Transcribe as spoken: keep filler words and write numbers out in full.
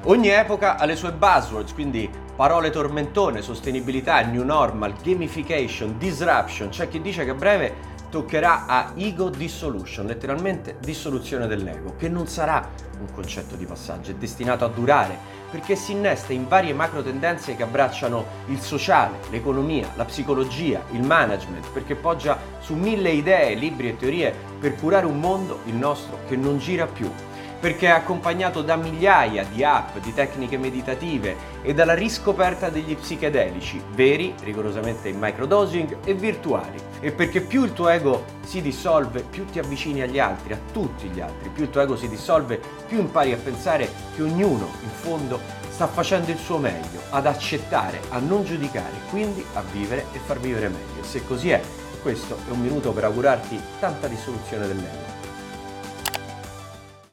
Ogni epoca ha le sue buzzwords, quindi parole tormentone, sostenibilità, new normal, gamification, disruption. C'è chi dice che a breve toccherà a ego dissolution, letteralmente dissoluzione dell'ego, che non sarà un concetto di passaggio, è destinato a durare, perché si innesta in varie macro tendenze che abbracciano il sociale, l'economia, la psicologia, il management, perché poggia su mille idee, libri e teorie per curare un mondo, il nostro, che non gira più, perché è accompagnato da migliaia di app, di tecniche meditative e dalla riscoperta degli psichedelici, veri, rigorosamente in microdosing e virtuali. E perché più il tuo ego si dissolve, più ti avvicini agli altri, a tutti gli altri, più il tuo ego si dissolve, più impari a pensare che ognuno, in fondo, sta facendo il suo meglio, ad accettare, a non giudicare, quindi a vivere e far vivere meglio. E se così è, questo è un minuto per augurarti tanta dissoluzione dell'ego.